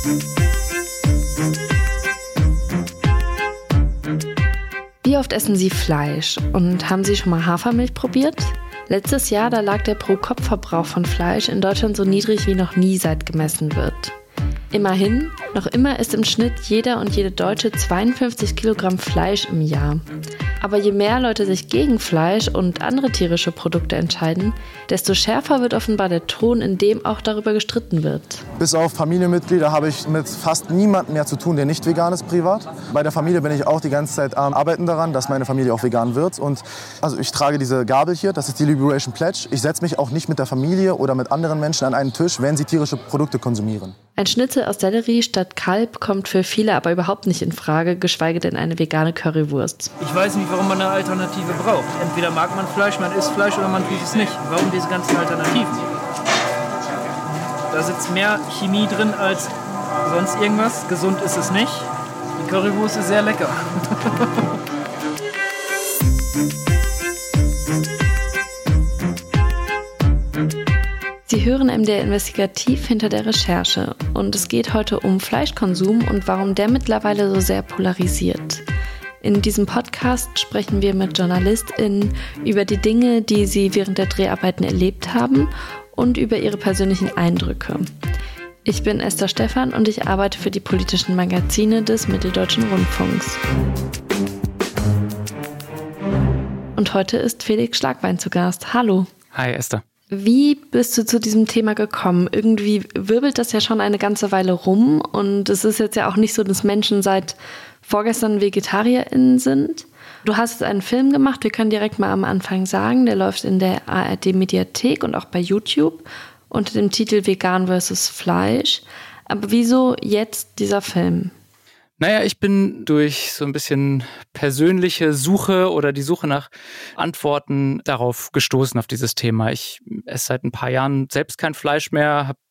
Wie oft essen Sie Fleisch und haben Sie schon mal Hafermilch probiert? Letztes Jahr, da lag der Pro-Kopf-Verbrauch von Fleisch in Deutschland so niedrig wie noch nie, seit gemessen wird. Immerhin, noch immer isst im Schnitt jeder und jede Deutsche 52 Kilogramm Fleisch im Jahr. Aber je mehr Leute sich gegen Fleisch und andere tierische Produkte entscheiden, desto schärfer wird offenbar der Ton, in dem auch darüber gestritten wird. Bis auf Familienmitglieder habe ich mit fast niemandem mehr zu tun, der nicht vegan ist privat. Bei der Familie bin ich auch die ganze Zeit am Arbeiten daran, dass meine Familie auch vegan wird. Und also ich trage diese Gabel hier, das ist die Liberation Pledge. Ich setze mich auch nicht mit der Familie oder mit anderen Menschen an einen Tisch, wenn sie tierische Produkte konsumieren. Ein Schnitzel aus Sellerie statt Kalb kommt für viele aber überhaupt nicht in Frage, geschweige denn eine vegane Currywurst. Ich weiß nicht, warum man eine Alternative braucht. Entweder mag man Fleisch, man isst Fleisch oder man tut es nicht. Warum diese ganzen Alternativen? Da sitzt mehr Chemie drin als sonst irgendwas. Gesund ist es nicht. Die Currywurst ist sehr lecker. Sie hören MDR Investigativ hinter der Recherche und es geht heute um Fleischkonsum und warum der mittlerweile so sehr polarisiert. In diesem Podcast sprechen wir mit JournalistInnen über die Dinge, die sie während der Dreharbeiten erlebt haben und über ihre persönlichen Eindrücke. Ich bin Esther Stephan und ich arbeite für die politischen Magazine des Mitteldeutschen Rundfunks. Und heute ist Felix Schlagwein zu Gast. Hallo. Hi Esther. Wie bist du zu diesem Thema gekommen? Irgendwie wirbelt das ja schon eine ganze Weile rum und es ist jetzt ja auch nicht so, dass Menschen seit vorgestern VegetarierInnen sind. Du hast einen Film gemacht, wir können direkt mal am Anfang sagen, der läuft in der ARD-Mediathek und auch bei YouTube unter dem Titel Vegan vs. Fleisch. Aber wieso jetzt dieser Film? Naja, ich bin durch so ein bisschen persönliche Suche oder die Suche nach Antworten darauf gestoßen, auf dieses Thema. Ich esse seit ein paar Jahren selbst kein Fleisch mehr, habe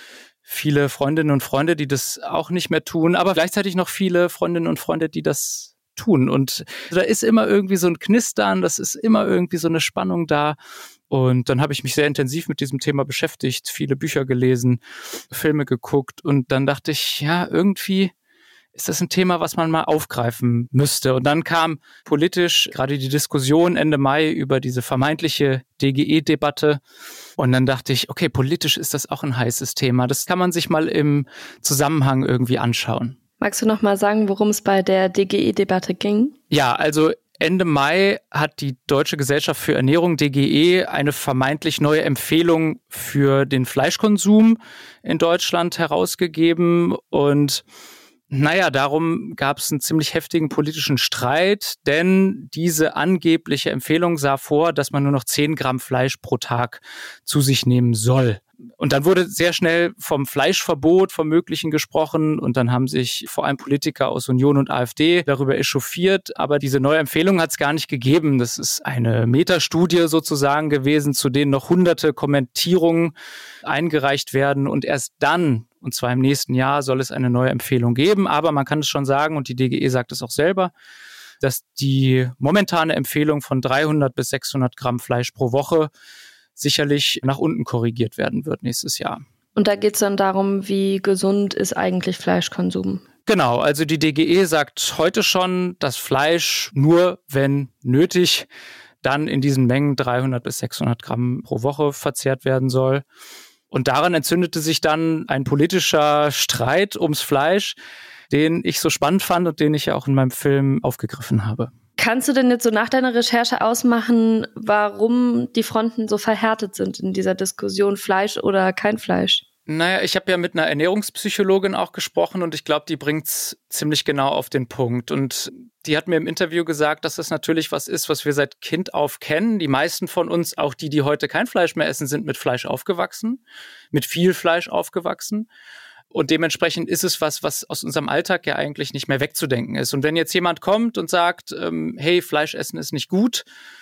viele Freundinnen und Freunde, die das auch nicht mehr tun, aber gleichzeitig noch viele Freundinnen und Freunde, die das tun. Und da ist immer irgendwie so ein Knistern, das ist immer irgendwie so eine Spannung da. Und dann habe ich mich sehr intensiv mit diesem Thema beschäftigt, viele Bücher gelesen, Filme geguckt und dann dachte ich, ja, irgendwie ist das ein Thema, was man mal aufgreifen müsste. Und dann kam politisch gerade die Diskussion Ende Mai über diese vermeintliche DGE-Debatte. Und dann dachte ich, okay, politisch ist das auch ein heißes Thema. Das kann man sich mal im Zusammenhang irgendwie anschauen. Magst du noch mal sagen, worum es bei der DGE-Debatte ging? Ja, also Ende Mai hat die Deutsche Gesellschaft für Ernährung, DGE, eine vermeintlich neue Empfehlung für den Fleischkonsum in Deutschland herausgegeben. Und naja, darum gab es einen ziemlich heftigen politischen Streit, denn diese angebliche Empfehlung sah vor, dass man nur noch 10 Gramm Fleisch pro Tag zu sich nehmen soll. Und dann wurde sehr schnell vom Fleischverbot, vom Möglichen gesprochen und dann haben sich vor allem Politiker aus Union und AfD darüber echauffiert. Aber diese neue Empfehlung hat es gar nicht gegeben. Das ist eine Metastudie sozusagen gewesen, zu denen noch hunderte Kommentierungen eingereicht werden und erst dann, und zwar im nächsten Jahr, soll es eine neue Empfehlung geben. Aber man kann es schon sagen, und die DGE sagt es auch selber, dass die momentane Empfehlung von 300 bis 600 Gramm Fleisch pro Woche sicherlich nach unten korrigiert werden wird nächstes Jahr. Und da geht es dann darum, wie gesund ist eigentlich Fleischkonsum? Genau, also die DGE sagt heute schon, dass Fleisch nur, wenn nötig, dann in diesen Mengen 300 bis 600 Gramm pro Woche verzehrt werden soll. Und daran entzündete sich dann ein politischer Streit ums Fleisch, den ich so spannend fand und den ich ja auch in meinem Film aufgegriffen habe. Kannst du denn jetzt so nach deiner Recherche ausmachen, warum die Fronten so verhärtet sind in dieser Diskussion, Fleisch oder kein Fleisch? Naja, ich habe ja mit einer Ernährungspsychologin auch gesprochen und ich glaube, die bringt's ziemlich genau auf den Punkt. Und die hat mir im Interview gesagt, dass das natürlich was ist, was wir seit Kind auf kennen. Die meisten von uns, auch die heute kein Fleisch mehr essen, sind mit Fleisch aufgewachsen, mit viel Fleisch aufgewachsen. Und dementsprechend ist es was aus unserem Alltag ja eigentlich nicht mehr wegzudenken ist. Und wenn jetzt jemand kommt und sagt, hey, Fleisch essen ist nicht gut,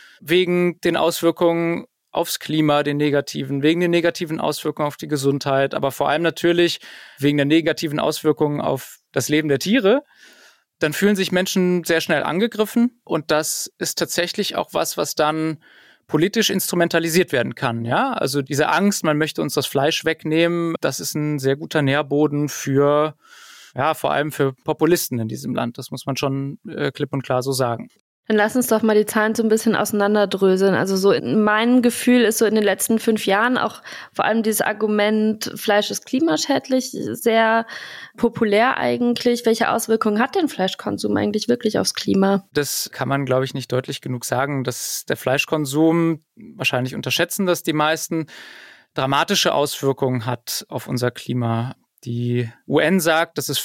wegen den Auswirkungen aufs Klima, den negativen, wegen den negativen Auswirkungen auf die Gesundheit, aber vor allem natürlich wegen der negativen Auswirkungen auf das Leben der Tiere, dann fühlen sich Menschen sehr schnell angegriffen. Und das ist tatsächlich auch was dann politisch instrumentalisiert werden kann. Ja, also diese Angst, man möchte uns das Fleisch wegnehmen, das ist ein sehr guter Nährboden für, ja, vor allem für Populisten in diesem Land. Das muss man schon klipp und klar so sagen. Dann lass uns doch mal die Zahlen so ein bisschen auseinanderdröseln. Also so mein Gefühl ist so in den letzten 5 Jahren auch vor allem dieses Argument, Fleisch ist klimaschädlich, sehr populär eigentlich. Welche Auswirkungen hat denn Fleischkonsum eigentlich wirklich aufs Klima? Das kann man, glaube ich, nicht deutlich genug sagen, dass der Fleischkonsum, wahrscheinlich unterschätzen das die meisten, dramatische Auswirkungen hat auf unser Klima. Die UN sagt, dass es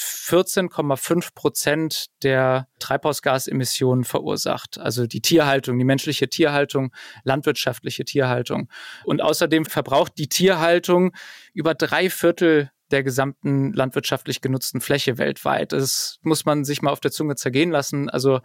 14,5% der Treibhausgasemissionen verursacht. Also die Tierhaltung, die menschliche Tierhaltung, landwirtschaftliche Tierhaltung. Und außerdem verbraucht die Tierhaltung über 3/4 der gesamten landwirtschaftlich genutzten Fläche weltweit. Das muss man sich mal auf der Zunge zergehen lassen. Also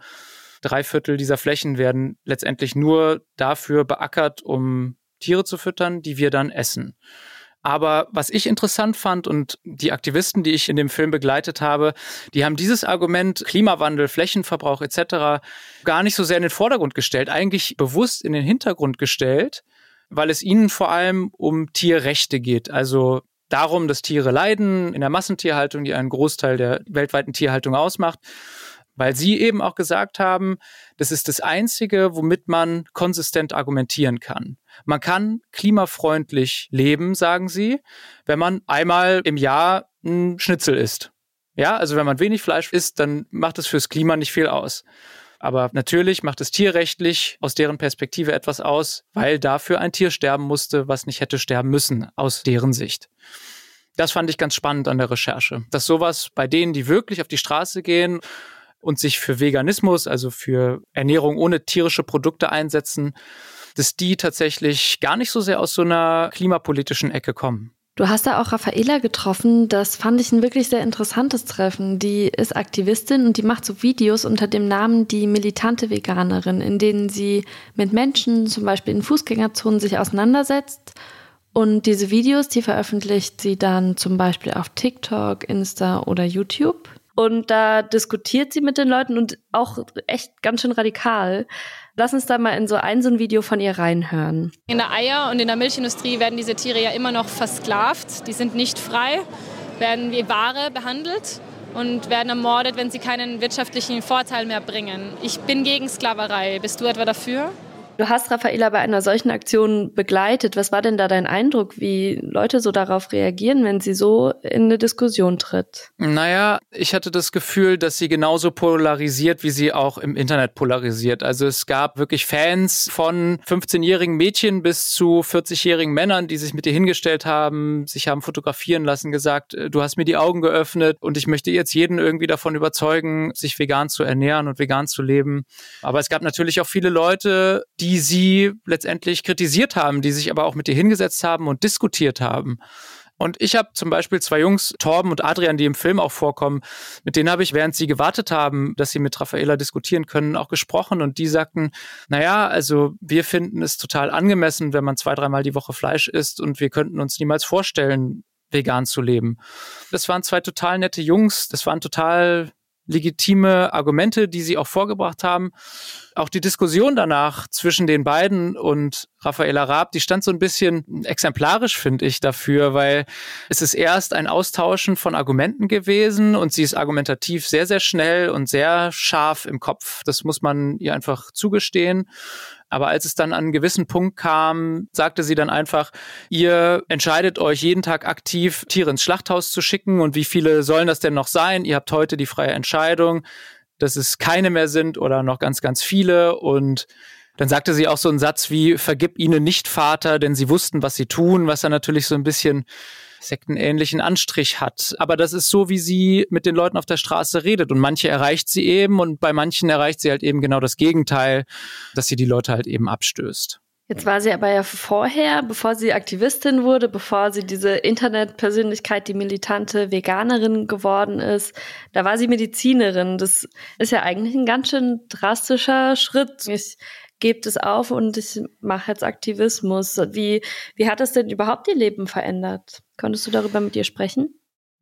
3/4 dieser Flächen werden letztendlich nur dafür beackert, um Tiere zu füttern, die wir dann essen. Aber was ich interessant fand und die Aktivisten, die ich in dem Film begleitet habe, die haben dieses Argument Klimawandel, Flächenverbrauch etc. gar nicht so sehr in den Vordergrund gestellt, eigentlich bewusst in den Hintergrund gestellt, weil es ihnen vor allem um Tierrechte geht. Also darum, dass Tiere leiden in der Massentierhaltung, die einen Großteil der weltweiten Tierhaltung ausmacht. Weil sie eben auch gesagt haben, das ist das Einzige, womit man konsistent argumentieren kann. Man kann klimafreundlich leben, sagen sie, wenn man einmal im Jahr ein Schnitzel isst. Ja, also wenn man wenig Fleisch isst, dann macht es fürs Klima nicht viel aus. Aber natürlich macht es tierrechtlich aus deren Perspektive etwas aus, weil dafür ein Tier sterben musste, was nicht hätte sterben müssen, aus deren Sicht. Das fand ich ganz spannend an der Recherche, dass sowas bei denen, die wirklich auf die Straße gehen und sich für Veganismus, also für Ernährung ohne tierische Produkte einsetzen, dass die tatsächlich gar nicht so sehr aus so einer klimapolitischen Ecke kommen. Du hast da auch Raffaela getroffen, das fand ich ein wirklich sehr interessantes Treffen. Die ist Aktivistin und die macht so Videos unter dem Namen Die militante Veganerin, in denen sie mit Menschen, zum Beispiel in Fußgängerzonen, sich auseinandersetzt. Und diese Videos, die veröffentlicht sie dann zum Beispiel auf TikTok, Insta oder YouTube. Und da diskutiert sie mit den Leuten und auch echt ganz schön radikal. Lass uns da mal in so ein Video von ihr reinhören. In der Eier- und in der Milchindustrie werden diese Tiere ja immer noch versklavt. Die sind nicht frei, werden wie Ware behandelt und werden ermordet, wenn sie keinen wirtschaftlichen Vorteil mehr bringen. Ich bin gegen Sklaverei. Bist du etwa dafür? Du hast Raffaela bei einer solchen Aktion begleitet. Was war denn da dein Eindruck, wie Leute so darauf reagieren, wenn sie so in eine Diskussion tritt? Naja, ich hatte das Gefühl, dass sie genauso polarisiert, wie sie auch im Internet polarisiert. Also es gab wirklich Fans von 15-jährigen Mädchen bis zu 40-jährigen Männern, die sich mit ihr hingestellt haben, sich haben fotografieren lassen, gesagt, du hast mir die Augen geöffnet und ich möchte jetzt jeden irgendwie davon überzeugen, sich vegan zu ernähren und vegan zu leben. Aber es gab natürlich auch viele Leute, die sie letztendlich kritisiert haben, die sich aber auch mit ihr hingesetzt haben und diskutiert haben. Und ich habe zum Beispiel 2 Jungs, Torben und Adrian, die im Film auch vorkommen, mit denen habe ich, während sie gewartet haben, dass sie mit Raffaela diskutieren können, auch gesprochen. Und die sagten, naja, also wir finden es total angemessen, wenn man 2-3 Mal die Woche Fleisch isst und wir könnten uns niemals vorstellen, vegan zu leben. Das waren 2 total nette Jungs, das waren total legitime Argumente, die sie auch vorgebracht haben. Auch die Diskussion danach zwischen den beiden und Raffaela Raab, die stand so ein bisschen exemplarisch, finde ich, dafür, weil es ist erst ein Austauschen von Argumenten gewesen und sie ist argumentativ sehr, sehr schnell und sehr scharf im Kopf. Das muss man ihr einfach zugestehen. Aber als es dann an einen gewissen Punkt kam, sagte sie dann einfach, ihr entscheidet euch jeden Tag aktiv, Tiere ins Schlachthaus zu schicken und wie viele sollen das denn noch sein? Ihr habt heute die freie Entscheidung, dass es keine mehr sind oder noch ganz, ganz viele. Und dann sagte sie auch so einen Satz wie, vergib ihnen nicht, Vater, denn sie wussten, was sie tun, was dann natürlich so ein bisschen sektenähnlichen Anstrich hat. Aber das ist so, wie sie mit den Leuten auf der Straße redet. Und manche erreicht sie eben und bei manchen erreicht sie halt eben genau das Gegenteil, dass sie die Leute halt eben abstößt. Jetzt war sie aber ja vorher, bevor sie Aktivistin wurde, bevor sie diese Internetpersönlichkeit, die militante Veganerin geworden ist, da war sie Medizinerin. Das ist ja eigentlich ein ganz schön drastischer Schritt. Ich gebe das auf und ich mache jetzt Aktivismus. Wie hat das denn überhaupt ihr Leben verändert? Konntest du darüber mit ihr sprechen?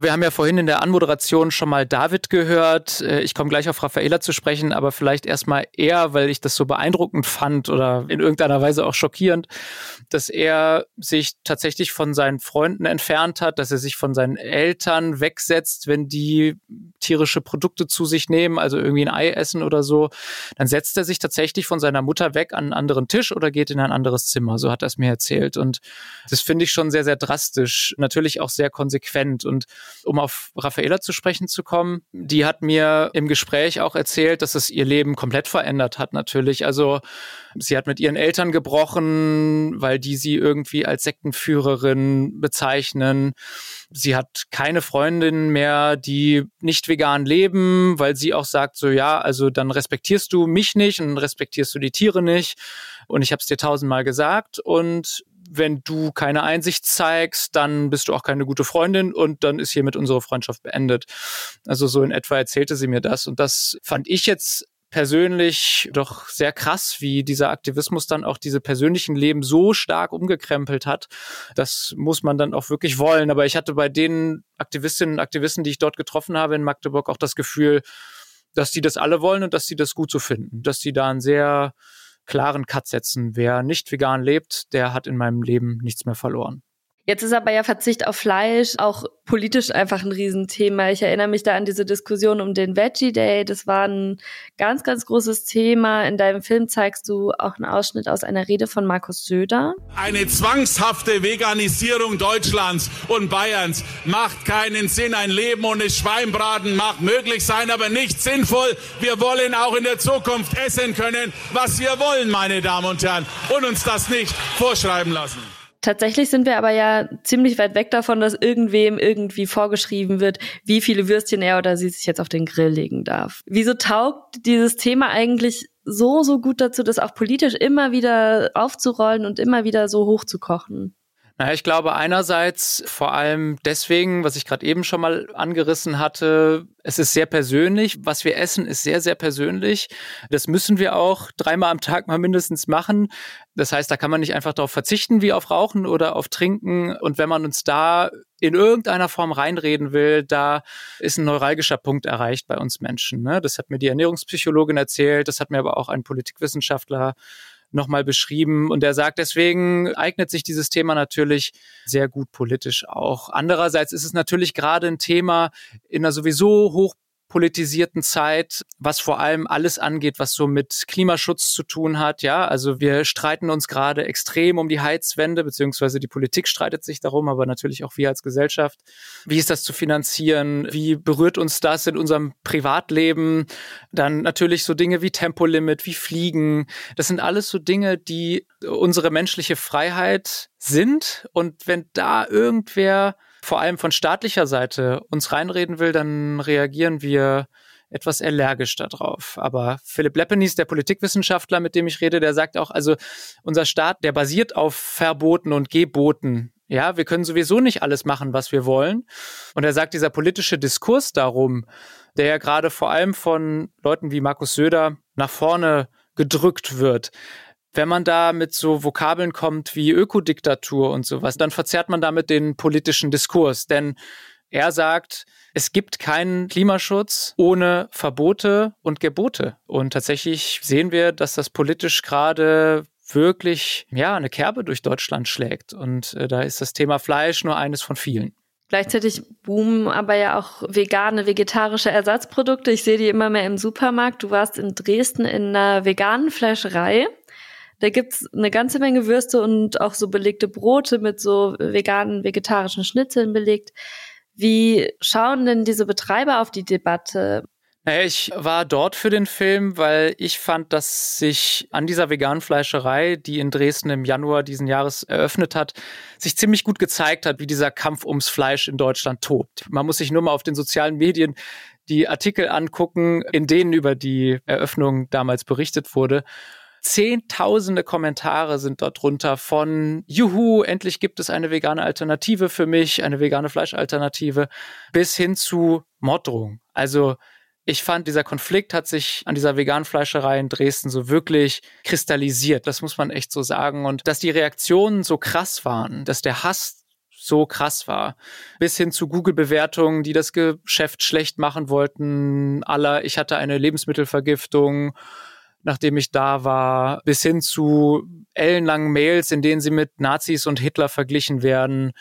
Wir haben ja vorhin in der Anmoderation schon mal David gehört. Ich komme gleich auf Raffaela zu sprechen, aber vielleicht erstmal er, weil ich das so beeindruckend fand oder in irgendeiner Weise auch schockierend, dass er sich tatsächlich von seinen Freunden entfernt hat, dass er sich von seinen Eltern wegsetzt, wenn die tierische Produkte zu sich nehmen, also irgendwie ein Ei essen oder so. Dann setzt er sich tatsächlich von seiner Mutter weg an einen anderen Tisch oder geht in ein anderes Zimmer. So hat er es mir erzählt. Und das finde ich schon sehr, sehr drastisch. Natürlich auch sehr konsequent. Und um auf Raffaela zu sprechen zu kommen, die hat mir im Gespräch auch erzählt, dass es ihr Leben komplett verändert hat natürlich. Also sie hat mit ihren Eltern gebrochen, weil die sie irgendwie als Sektenführerin bezeichnen. Sie hat keine Freundinnen mehr, die nicht vegan leben, weil sie auch sagt so, ja, also dann respektierst du mich nicht und respektierst du die Tiere nicht. Und ich habe es dir 1000-mal gesagt und wenn du keine Einsicht zeigst, dann bist du auch keine gute Freundin und dann ist hiermit unsere Freundschaft beendet. Also so in etwa erzählte sie mir das und das fand ich jetzt persönlich doch sehr krass, wie dieser Aktivismus dann auch diese persönlichen Leben so stark umgekrempelt hat. Das muss man dann auch wirklich wollen. Aber ich hatte bei den Aktivistinnen und Aktivisten, die ich dort getroffen habe in Magdeburg, auch das Gefühl, dass die das alle wollen und dass die das gut so finden. Dass die da einen sehr klaren Cut setzen. Wer nicht vegan lebt, der hat in meinem Leben nichts mehr verloren. Jetzt ist aber ja Verzicht auf Fleisch auch politisch einfach ein Riesenthema. Ich erinnere mich da an diese Diskussion um den Veggie Day. Das war ein ganz, ganz großes Thema. In deinem Film zeigst du auch einen Ausschnitt aus einer Rede von Markus Söder. Eine zwangshafte Veganisierung Deutschlands und Bayerns macht keinen Sinn. Ein Leben ohne Schweinbraten mag möglich sein, aber nicht sinnvoll. Wir wollen auch in der Zukunft essen können, was wir wollen, meine Damen und Herren, und uns das nicht vorschreiben lassen. Tatsächlich sind wir aber ja ziemlich weit weg davon, dass irgendwem irgendwie vorgeschrieben wird, wie viele Würstchen er oder sie sich jetzt auf den Grill legen darf. Wieso taugt dieses Thema eigentlich so gut dazu, das auch politisch immer wieder aufzurollen und immer wieder so hochzukochen? Naja, ich glaube einerseits vor allem deswegen, was ich gerade eben schon mal angerissen hatte, es ist sehr persönlich. Was wir essen, ist sehr, sehr persönlich. Das müssen wir auch 3-mal am Tag mal mindestens machen. Das heißt, da kann man nicht einfach darauf verzichten, wie auf Rauchen oder auf Trinken. Und wenn man uns da in irgendeiner Form reinreden will, da ist ein neuralgischer Punkt erreicht bei uns Menschen. Das hat mir die Ernährungspsychologin erzählt, das hat mir aber auch ein Politikwissenschaftler nochmal beschrieben. Und er sagt, deswegen eignet sich dieses Thema natürlich sehr gut politisch auch. Andererseits ist es natürlich gerade ein Thema in einer sowieso hochpolitisierten Zeit, was vor allem alles angeht, was so mit Klimaschutz zu tun hat. Ja, also wir streiten uns gerade extrem um die Heizwende, beziehungsweise die Politik streitet sich darum, aber natürlich auch wir als Gesellschaft. Wie ist das zu finanzieren? Wie berührt uns das in unserem Privatleben? Dann natürlich so Dinge wie Tempolimit, wie Fliegen. Das sind alles so Dinge, die unsere menschliche Freiheit sind. Und wenn da irgendwer vor allem von staatlicher Seite uns reinreden will, dann reagieren wir etwas allergisch darauf. Aber Philipp Lepenies, der Politikwissenschaftler, mit dem ich rede, der sagt auch, also unser Staat, der basiert auf Verboten und Geboten. Ja, wir können sowieso nicht alles machen, was wir wollen. Und er sagt, dieser politische Diskurs darum, der ja gerade vor allem von Leuten wie Markus Söder nach vorne gedrückt wird, wenn man da mit so Vokabeln kommt wie Ökodiktatur und sowas, dann verzerrt man damit den politischen Diskurs. Denn er sagt, es gibt keinen Klimaschutz ohne Verbote und Gebote. Und tatsächlich sehen wir, dass das politisch gerade wirklich eine Kerbe durch Deutschland schlägt. Und da ist das Thema Fleisch nur eines von vielen. Gleichzeitig boomen aber ja auch vegane, vegetarische Ersatzprodukte. Ich sehe die immer mehr im Supermarkt. Du warst in Dresden in einer veganen Fleischerei. Da gibt's eine ganze Menge Würste und auch so belegte Brote mit so veganen, vegetarischen Schnitzeln belegt. Wie schauen denn diese Betreiber auf die Debatte? Naja, ich war dort für den Film, weil ich fand, dass sich an dieser veganen Fleischerei, die in Dresden im Januar diesen Jahres eröffnet hat, sich ziemlich gut gezeigt hat, wie dieser Kampf ums Fleisch in Deutschland tobt. Man muss sich nur mal auf den sozialen Medien die Artikel angucken, in denen über die Eröffnung damals berichtet wurde. Zehntausende Kommentare sind dort drunter von Juhu, endlich gibt es eine vegane Alternative für mich, eine vegane Fleischalternative, bis hin zu Morddrohungen. Also ich fand, dieser Konflikt hat sich an dieser veganen Fleischerei in Dresden so wirklich kristallisiert. Das muss man echt so sagen. Und dass die Reaktionen so krass waren, dass der Hass so krass war. Bis hin zu Google-Bewertungen, die das Geschäft schlecht machen wollten, ich hatte eine Lebensmittelvergiftung, nachdem ich da war, bis hin zu ellenlangen Mails, in denen sie mit Nazis und Hitler verglichen werden.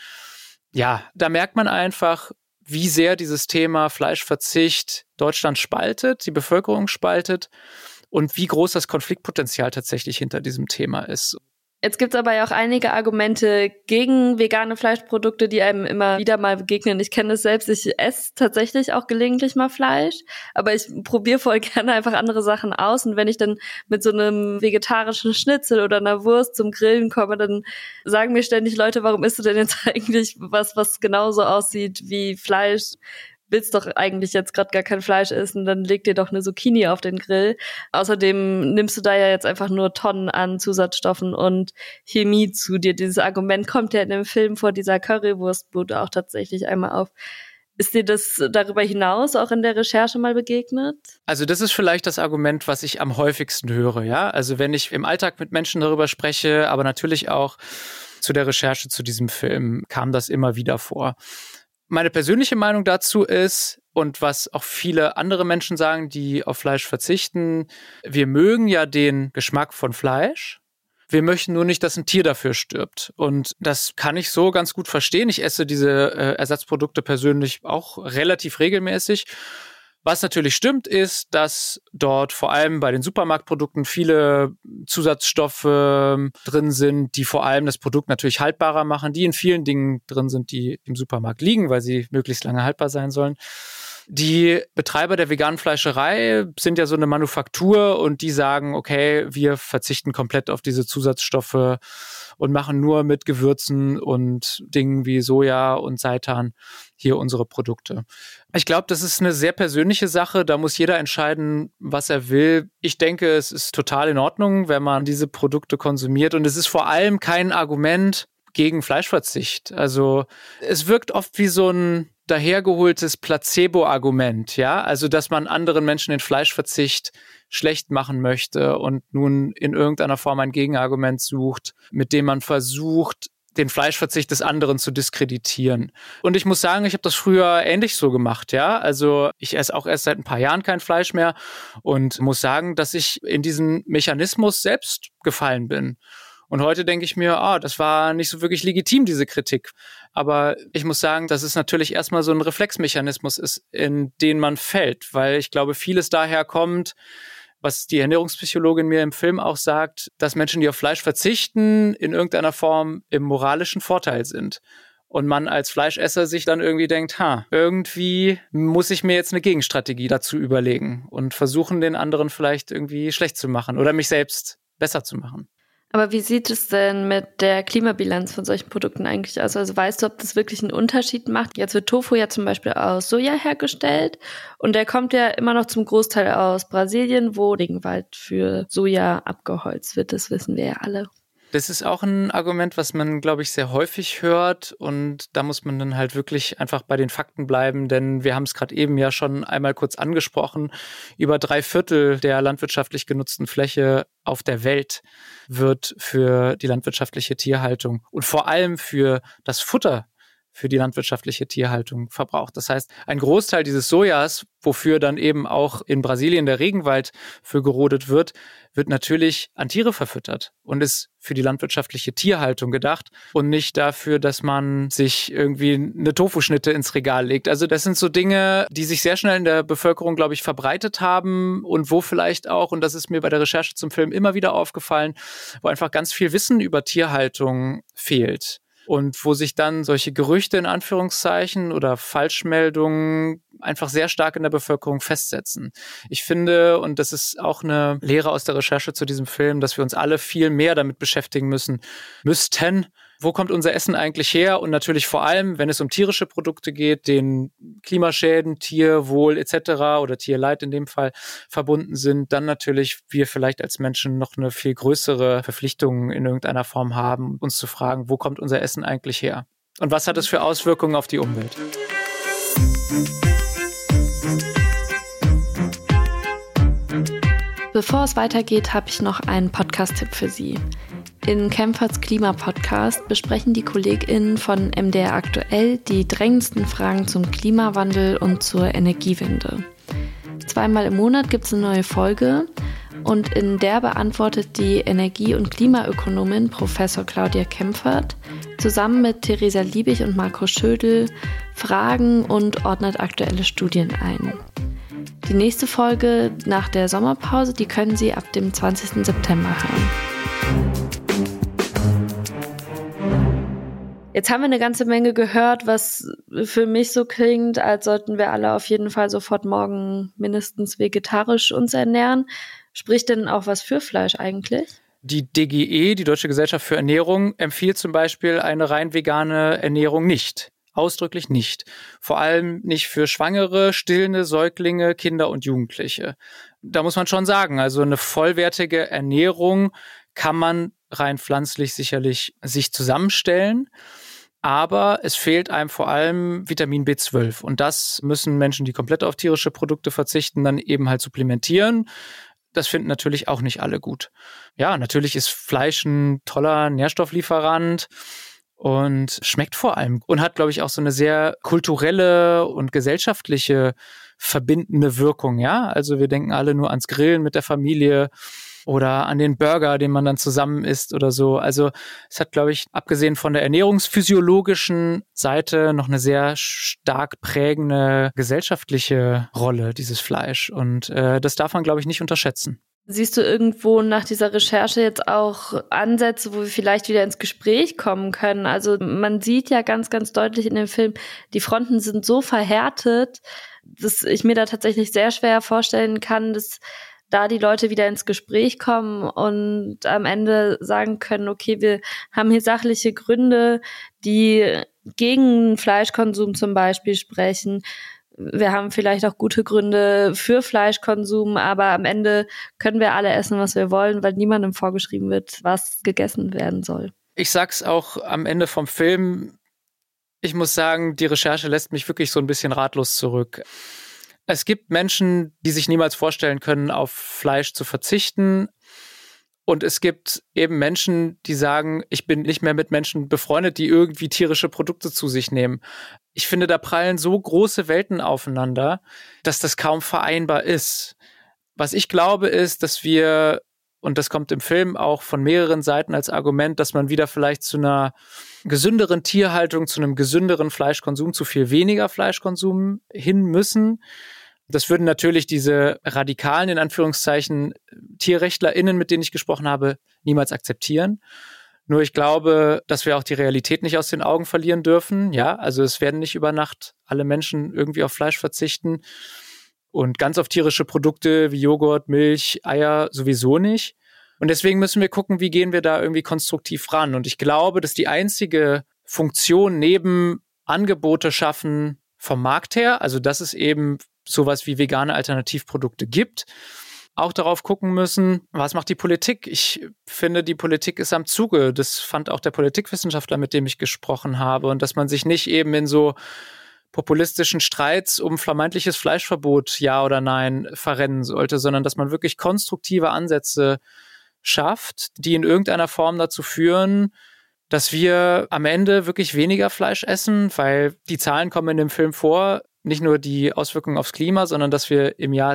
Ja, da merkt man einfach, wie sehr dieses Thema Fleischverzicht Deutschland spaltet, die Bevölkerung spaltet und wie groß das Konfliktpotenzial tatsächlich hinter diesem Thema ist. Jetzt gibt es aber ja auch einige Argumente gegen vegane Fleischprodukte, die einem immer wieder mal begegnen. Ich kenne es selbst, ich esse tatsächlich auch gelegentlich mal Fleisch, aber ich probiere voll gerne einfach andere Sachen aus. Und wenn ich dann mit so einem vegetarischen Schnitzel oder einer Wurst zum Grillen komme, dann sagen mir ständig Leute, warum isst du denn jetzt eigentlich was genauso aussieht wie Fleisch? Willst doch eigentlich jetzt gerade gar kein Fleisch essen, dann leg dir doch eine Zucchini auf den Grill. Außerdem nimmst du da ja jetzt einfach nur Tonnen an Zusatzstoffen und Chemie zu dir. Dieses Argument kommt ja in dem Film vor dieser Currywurstbude auch tatsächlich einmal auf. Ist dir das darüber hinaus auch in der Recherche mal begegnet? Also das ist vielleicht das Argument, was ich am häufigsten höre, ja. Also wenn ich im Alltag mit Menschen darüber spreche, aber natürlich auch zu der Recherche zu diesem Film kam das immer wieder vor. Meine persönliche Meinung dazu ist, und was auch viele andere Menschen sagen, die auf Fleisch verzichten, wir mögen ja den Geschmack von Fleisch. Wir möchten nur nicht, dass ein Tier dafür stirbt. Und das kann ich so ganz gut verstehen. Ich esse diese Ersatzprodukte persönlich auch relativ regelmäßig. Was natürlich stimmt, ist, dass dort vor allem bei den Supermarktprodukten viele Zusatzstoffe drin sind, die vor allem das Produkt natürlich haltbarer machen, die in vielen Dingen drin sind, die im Supermarkt liegen, weil sie möglichst lange haltbar sein sollen. Die Betreiber der veganen Fleischerei sind ja so eine Manufaktur und die sagen, okay, wir verzichten komplett auf diese Zusatzstoffe und machen nur mit Gewürzen und Dingen wie Soja und Seitan hier unsere Produkte. Ich glaube, das ist eine sehr persönliche Sache. Da muss jeder entscheiden, was er will. Ich denke, es ist total in Ordnung, wenn man diese Produkte konsumiert. Und es ist vor allem kein Argument gegen Fleischverzicht. Also es wirkt oft wie so ein dahergeholtes Placebo-Argument, ja, also dass man anderen Menschen den Fleischverzicht schlecht machen möchte und nun in irgendeiner Form ein Gegenargument sucht, mit dem man versucht, den Fleischverzicht des anderen zu diskreditieren. Und ich muss sagen, ich habe das früher ähnlich so gemacht, ja, also ich esse auch erst seit ein paar Jahren kein Fleisch mehr und muss sagen, dass ich in diesen Mechanismus selbst gefallen bin. Und heute denke ich mir, das war nicht so wirklich legitim, diese Kritik. Aber ich muss sagen, dass es natürlich erstmal so ein Reflexmechanismus ist, in den man fällt. Weil ich glaube, vieles daher kommt, was die Ernährungspsychologin mir im Film auch sagt, dass Menschen, die auf Fleisch verzichten, in irgendeiner Form im moralischen Vorteil sind. Und man als Fleischesser sich dann irgendwie denkt, irgendwie muss ich mir jetzt eine Gegenstrategie dazu überlegen und versuchen, den anderen vielleicht irgendwie schlecht zu machen oder mich selbst besser zu machen. Aber wie sieht es denn mit der Klimabilanz von solchen Produkten eigentlich aus? Also weißt du, ob das wirklich einen Unterschied macht? Jetzt wird Tofu ja zum Beispiel aus Soja hergestellt und der kommt ja immer noch zum Großteil aus Brasilien, wo Regenwald für Soja abgeholzt wird. Das wissen wir ja alle. Das ist auch ein Argument, was man, glaube ich, sehr häufig hört und da muss man dann halt wirklich einfach bei den Fakten bleiben, denn wir haben es gerade eben ja schon einmal kurz angesprochen, über 3/4 der landwirtschaftlich genutzten Fläche auf der Welt wird für die landwirtschaftliche Tierhaltung und vor allem für das Futter für die landwirtschaftliche Tierhaltung verbraucht. Das heißt, ein Großteil dieses Sojas, wofür dann eben auch in Brasilien der Regenwald für gerodet wird, wird natürlich an Tiere verfüttert und ist für die landwirtschaftliche Tierhaltung gedacht und nicht dafür, dass man sich irgendwie eine Tofuschnitte ins Regal legt. Also das sind so Dinge, die sich sehr schnell in der Bevölkerung, glaube ich, verbreitet haben und wo vielleicht auch, und das ist mir bei der Recherche zum Film immer wieder aufgefallen, wo einfach ganz viel Wissen über Tierhaltung fehlt. Und wo sich dann solche Gerüchte in Anführungszeichen oder Falschmeldungen einfach sehr stark in der Bevölkerung festsetzen. Ich finde, und das ist auch eine Lehre aus der Recherche zu diesem Film, dass wir uns alle viel mehr damit beschäftigen müssten, wo kommt unser Essen eigentlich her? Und natürlich vor allem, wenn es um tierische Produkte geht, den Klimaschäden, Tierwohl etc. oder Tierleid in dem Fall verbunden sind, dann natürlich wir vielleicht als Menschen noch eine viel größere Verpflichtung in irgendeiner Form haben, uns zu fragen, wo kommt unser Essen eigentlich her? Und was hat es für Auswirkungen auf die Umwelt? Bevor es weitergeht, habe ich noch einen Podcast-Tipp für Sie. In Kempferts Klimapodcast besprechen die KollegInnen von MDR aktuell die drängendsten Fragen zum Klimawandel und zur Energiewende. 2-mal im Monat gibt es eine neue Folge und in der beantwortet die Energie- und Klimaökonomin Professor Claudia Kempfert zusammen mit Theresa Liebig und Marco Schödel Fragen und ordnet aktuelle Studien ein. Die nächste Folge nach der Sommerpause, die können Sie ab dem 20. September hören. Jetzt haben wir eine ganze Menge gehört, was für mich so klingt, als sollten wir alle auf jeden Fall sofort morgen mindestens vegetarisch uns ernähren. Spricht denn auch was für Fleisch eigentlich? Die DGE, die Deutsche Gesellschaft für Ernährung, empfiehlt zum Beispiel eine rein vegane Ernährung nicht. Ausdrücklich nicht. Vor allem nicht für Schwangere, stillende Säuglinge, Kinder und Jugendliche. Da muss man schon sagen, also eine vollwertige Ernährung kann man rein pflanzlich sicherlich sich zusammenstellen. Aber es fehlt einem vor allem Vitamin B12. Und das müssen Menschen, die komplett auf tierische Produkte verzichten, dann eben halt supplementieren. Das finden natürlich auch nicht alle gut. Ja, natürlich ist Fleisch ein toller Nährstofflieferant und schmeckt vor allem. Und hat, glaube ich, auch so eine sehr kulturelle und gesellschaftliche verbindende Wirkung. Ja, also wir denken alle nur ans Grillen mit der Familie oder an den Burger, den man dann zusammen isst oder so. Also es hat, glaube ich, abgesehen von der ernährungsphysiologischen Seite noch eine sehr stark prägende gesellschaftliche Rolle, dieses Fleisch. Und das darf man, glaube ich, nicht unterschätzen. Siehst du irgendwo nach dieser Recherche jetzt auch Ansätze, wo wir vielleicht wieder ins Gespräch kommen können? Also man sieht ja ganz, ganz deutlich in dem Film, die Fronten sind so verhärtet, dass ich mir da tatsächlich sehr schwer vorstellen kann, dass da die Leute wieder ins Gespräch kommen und am Ende sagen können, okay, wir haben hier sachliche Gründe, die gegen Fleischkonsum zum Beispiel sprechen. Wir haben vielleicht auch gute Gründe für Fleischkonsum, aber am Ende können wir alle essen, was wir wollen, weil niemandem vorgeschrieben wird, was gegessen werden soll. Ich sag's auch am Ende vom Film, ich muss sagen, die Recherche lässt mich wirklich so ein bisschen ratlos zurück. Es gibt Menschen, die sich niemals vorstellen können, auf Fleisch zu verzichten. Und es gibt eben Menschen, die sagen, ich bin nicht mehr mit Menschen befreundet, die irgendwie tierische Produkte zu sich nehmen. Ich finde, da prallen so große Welten aufeinander, dass das kaum vereinbar ist. Was ich glaube, ist, dass wir, und das kommt im Film auch von mehreren Seiten als Argument, dass man wieder vielleicht zu einer gesünderen Tierhaltung, zu einem gesünderen Fleischkonsum, zu viel weniger Fleischkonsum hin müssen. Das würden natürlich diese radikalen, in Anführungszeichen, TierrechtlerInnen, mit denen ich gesprochen habe, niemals akzeptieren. Nur ich glaube, dass wir auch die Realität nicht aus den Augen verlieren dürfen. Ja, also es werden nicht über Nacht alle Menschen irgendwie auf Fleisch verzichten und ganz auf tierische Produkte wie Joghurt, Milch, Eier sowieso nicht. Und deswegen müssen wir gucken, wie gehen wir da irgendwie konstruktiv ran. Und ich glaube, dass die einzige Funktion neben Angebote schaffen vom Markt her, also dass es eben sowas wie vegane Alternativprodukte gibt, auch darauf gucken müssen, was macht die Politik? Ich finde, die Politik ist am Zuge. Das fand auch der Politikwissenschaftler, mit dem ich gesprochen habe. Und dass man sich nicht eben in so populistischen Streits um vermeintliches Fleischverbot, ja oder nein, verrennen sollte, sondern dass man wirklich konstruktive Ansätze schafft, die in irgendeiner Form dazu führen, dass wir am Ende wirklich weniger Fleisch essen, weil die Zahlen kommen in dem Film vor, nicht nur die Auswirkungen aufs Klima, sondern dass wir im Jahr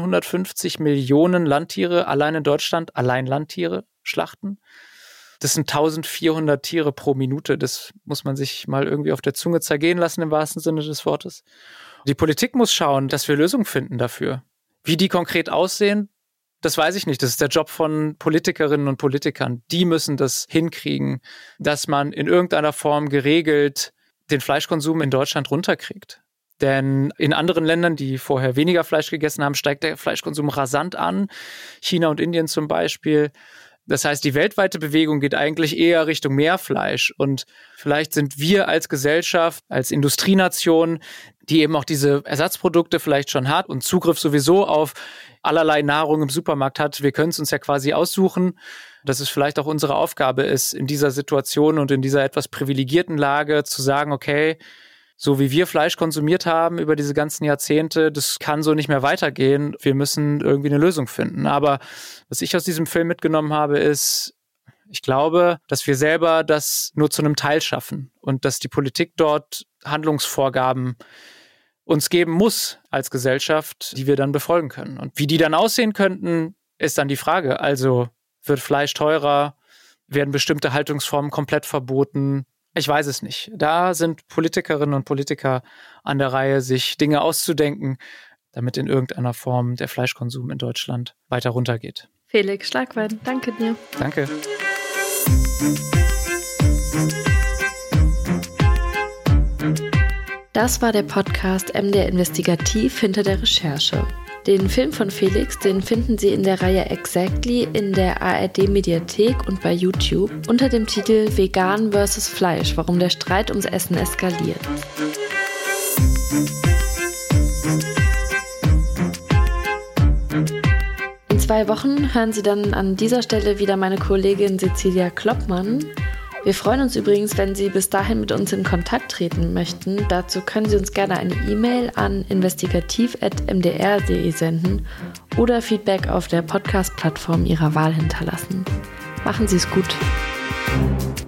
750 Millionen Landtiere allein in Deutschland, allein Landtiere, schlachten. Das sind 1400 Tiere pro Minute. Das muss man sich mal irgendwie auf der Zunge zergehen lassen, im wahrsten Sinne des Wortes. Die Politik muss schauen, dass wir Lösungen finden dafür. Wie die konkret aussehen, das weiß ich nicht. Das ist der Job von Politikerinnen und Politikern. Die müssen das hinkriegen, dass man in irgendeiner Form geregelt den Fleischkonsum in Deutschland runterkriegt. Denn in anderen Ländern, die vorher weniger Fleisch gegessen haben, steigt der Fleischkonsum rasant an. China und Indien zum Beispiel. Das heißt, die weltweite Bewegung geht eigentlich eher Richtung mehr Fleisch. Und vielleicht sind wir als Gesellschaft, als Industrienation, die eben auch diese Ersatzprodukte vielleicht schon hat und Zugriff sowieso auf allerlei Nahrung im Supermarkt hat. Wir können es uns ja quasi aussuchen, dass es vielleicht auch unsere Aufgabe ist, in dieser Situation und in dieser etwas privilegierten Lage zu sagen, okay, so wie wir Fleisch konsumiert haben über diese ganzen Jahrzehnte, das kann so nicht mehr weitergehen. Wir müssen irgendwie eine Lösung finden. Aber was ich aus diesem Film mitgenommen habe, ist, Ich glaube, dass wir selber das nur zu einem Teil schaffen und dass die Politik dort Handlungsvorgaben uns geben muss als Gesellschaft, die wir dann befolgen können. Und wie die dann aussehen könnten, ist dann die Frage. Also wird Fleisch teurer? Werden bestimmte Haltungsformen komplett verboten? Ich weiß es nicht. Da sind Politikerinnen und Politiker an der Reihe, sich Dinge auszudenken, damit in irgendeiner Form der Fleischkonsum in Deutschland weiter runtergeht. Felix Schlagwein, danke dir. Danke. Das war der Podcast MDR Investigativ hinter der Recherche. Den Film von Felix, den finden Sie in der Reihe Exactly in der ARD-Mediathek und bei YouTube unter dem Titel Vegan vs. Fleisch, warum der Streit ums Essen eskaliert. In 2 Wochen hören Sie dann an dieser Stelle wieder meine Kollegin Cecilia Kloppmann. Wir freuen uns übrigens, wenn Sie bis dahin mit uns in Kontakt treten möchten. Dazu können Sie uns gerne eine E-Mail an investigativ@mdr.de senden oder Feedback auf der Podcast-Plattform Ihrer Wahl hinterlassen. Machen Sie es gut.